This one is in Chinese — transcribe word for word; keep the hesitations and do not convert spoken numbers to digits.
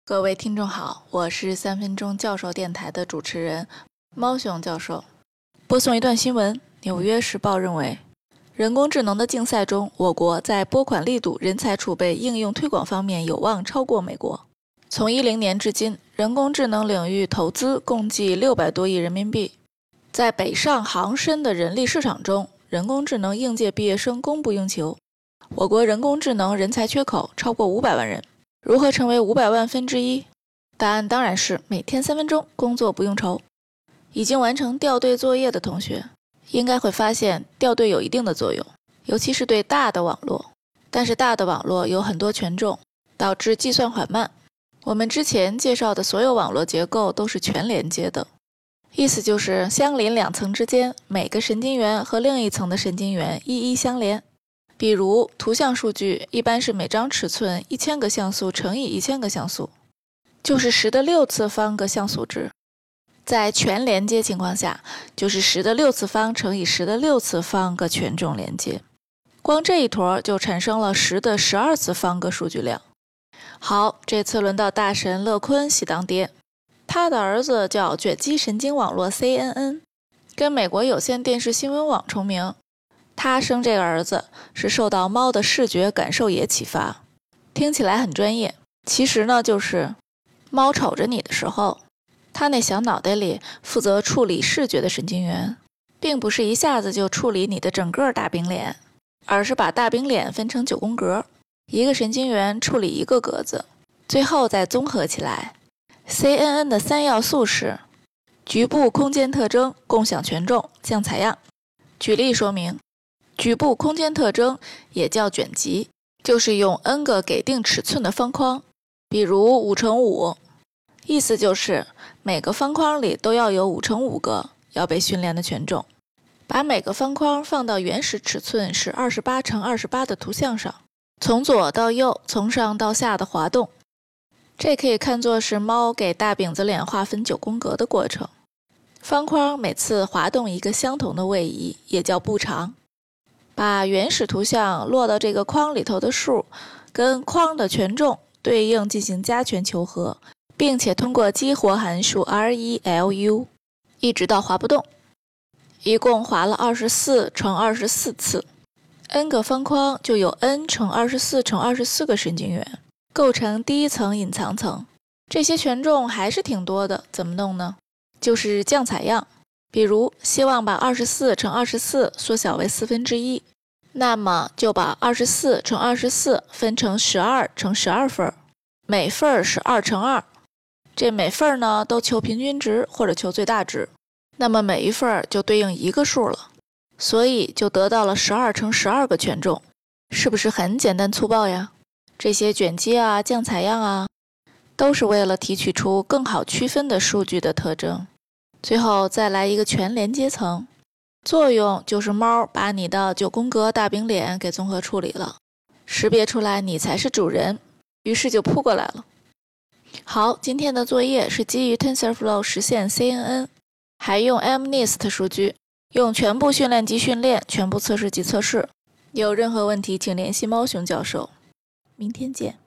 各位听众好，我是三分钟教授电台的主持人猫熊教授。播送一段新闻：纽约时报认为，人工智能的竞赛中，我国在拨款力度、人才储备、应用推广方面有望超过美国。从一零年至今，人工智能领域投资共计六百多亿人民币。在北上杭深的人力市场中，人工智能应届毕业生供不应求。我国人工智能人才缺口超过五百万人。如何成为五百万分之一？答案当然是每天三分钟，工作不用愁。已经完成调对作业的同学，应该会发现调对有一定的作用，尤其是对大的网络。但是大的网络有很多权重，导致计算缓慢。我们之前介绍的所有网络结构都是全连接的，意思就是相邻两层之间，每个神经元和另一层的神经元一一相连。比如图像数据一般是每张尺寸一千个像素乘以一千个像素，就是十的六次方个像素值。在全连接情况下，就是十的六次方乘以十的六次方个权重连接。光这一坨就产生了十的十二次方个数据量。好，这次轮到大神乐坤喜当爹，他的儿子叫卷积神经网络 C N N， 跟美国有线电视新闻网重名。他生这个儿子是受到猫的视觉感受野启发，听起来很专业，其实呢就是猫瞅着你的时候，他那小脑袋里负责处理视觉的神经元，并不是一下子就处理你的整个大饼脸，而是把大饼脸分成九宫格，一个神经元处理一个格子，最后再综合起来。 C N N 的三要素是局部空间特征、共享权重、降采样。举例说明，局部空间特征也叫卷积，就是用 n 个给定尺寸的方框，比如五乘五，意思就是每个方框里都要有五乘五个要被训练的权重。把每个方框放到原始尺寸是二十八乘二十八的图像上，从左到右，从上到下的滑动。这可以看作是猫给大饼子脸划分九宫格的过程。方框每次滑动一个相同的位移，也叫步长。把原始图像落到这个框里头的数跟框的权重对应进行加权求和，并且通过激活函数 R E L U 一直到滑不动，一共滑了二十四乘二十四次。 n 个方框就有 n 乘二十四乘二十四个神经元，构成第一层隐藏层。这些权重还是挺多的，怎么弄呢？就是降采样。比如希望把二十四乘二十四缩小为四分之一，那么就把二十四乘二十四分成十二乘十二份，每份是二乘二。这每份呢都求平均值或者求最大值，那么每一份就对应一个数了，所以就得到了十二乘十二个权重。是不是很简单粗暴呀？这些卷积啊、降采样啊，都是为了提取出更好区分的数据的特征。最后再来一个全连接层，作用就是猫把你的九宫格大饼脸给综合处理了，识别出来你才是主人，于是就扑过来了。好，今天的作业是基于 TensorFlow 实现 C N N， 还用 M NIST 数据，用全部训练集训练，全部测试集测试。有任何问题请联系猫熊教授。明天见。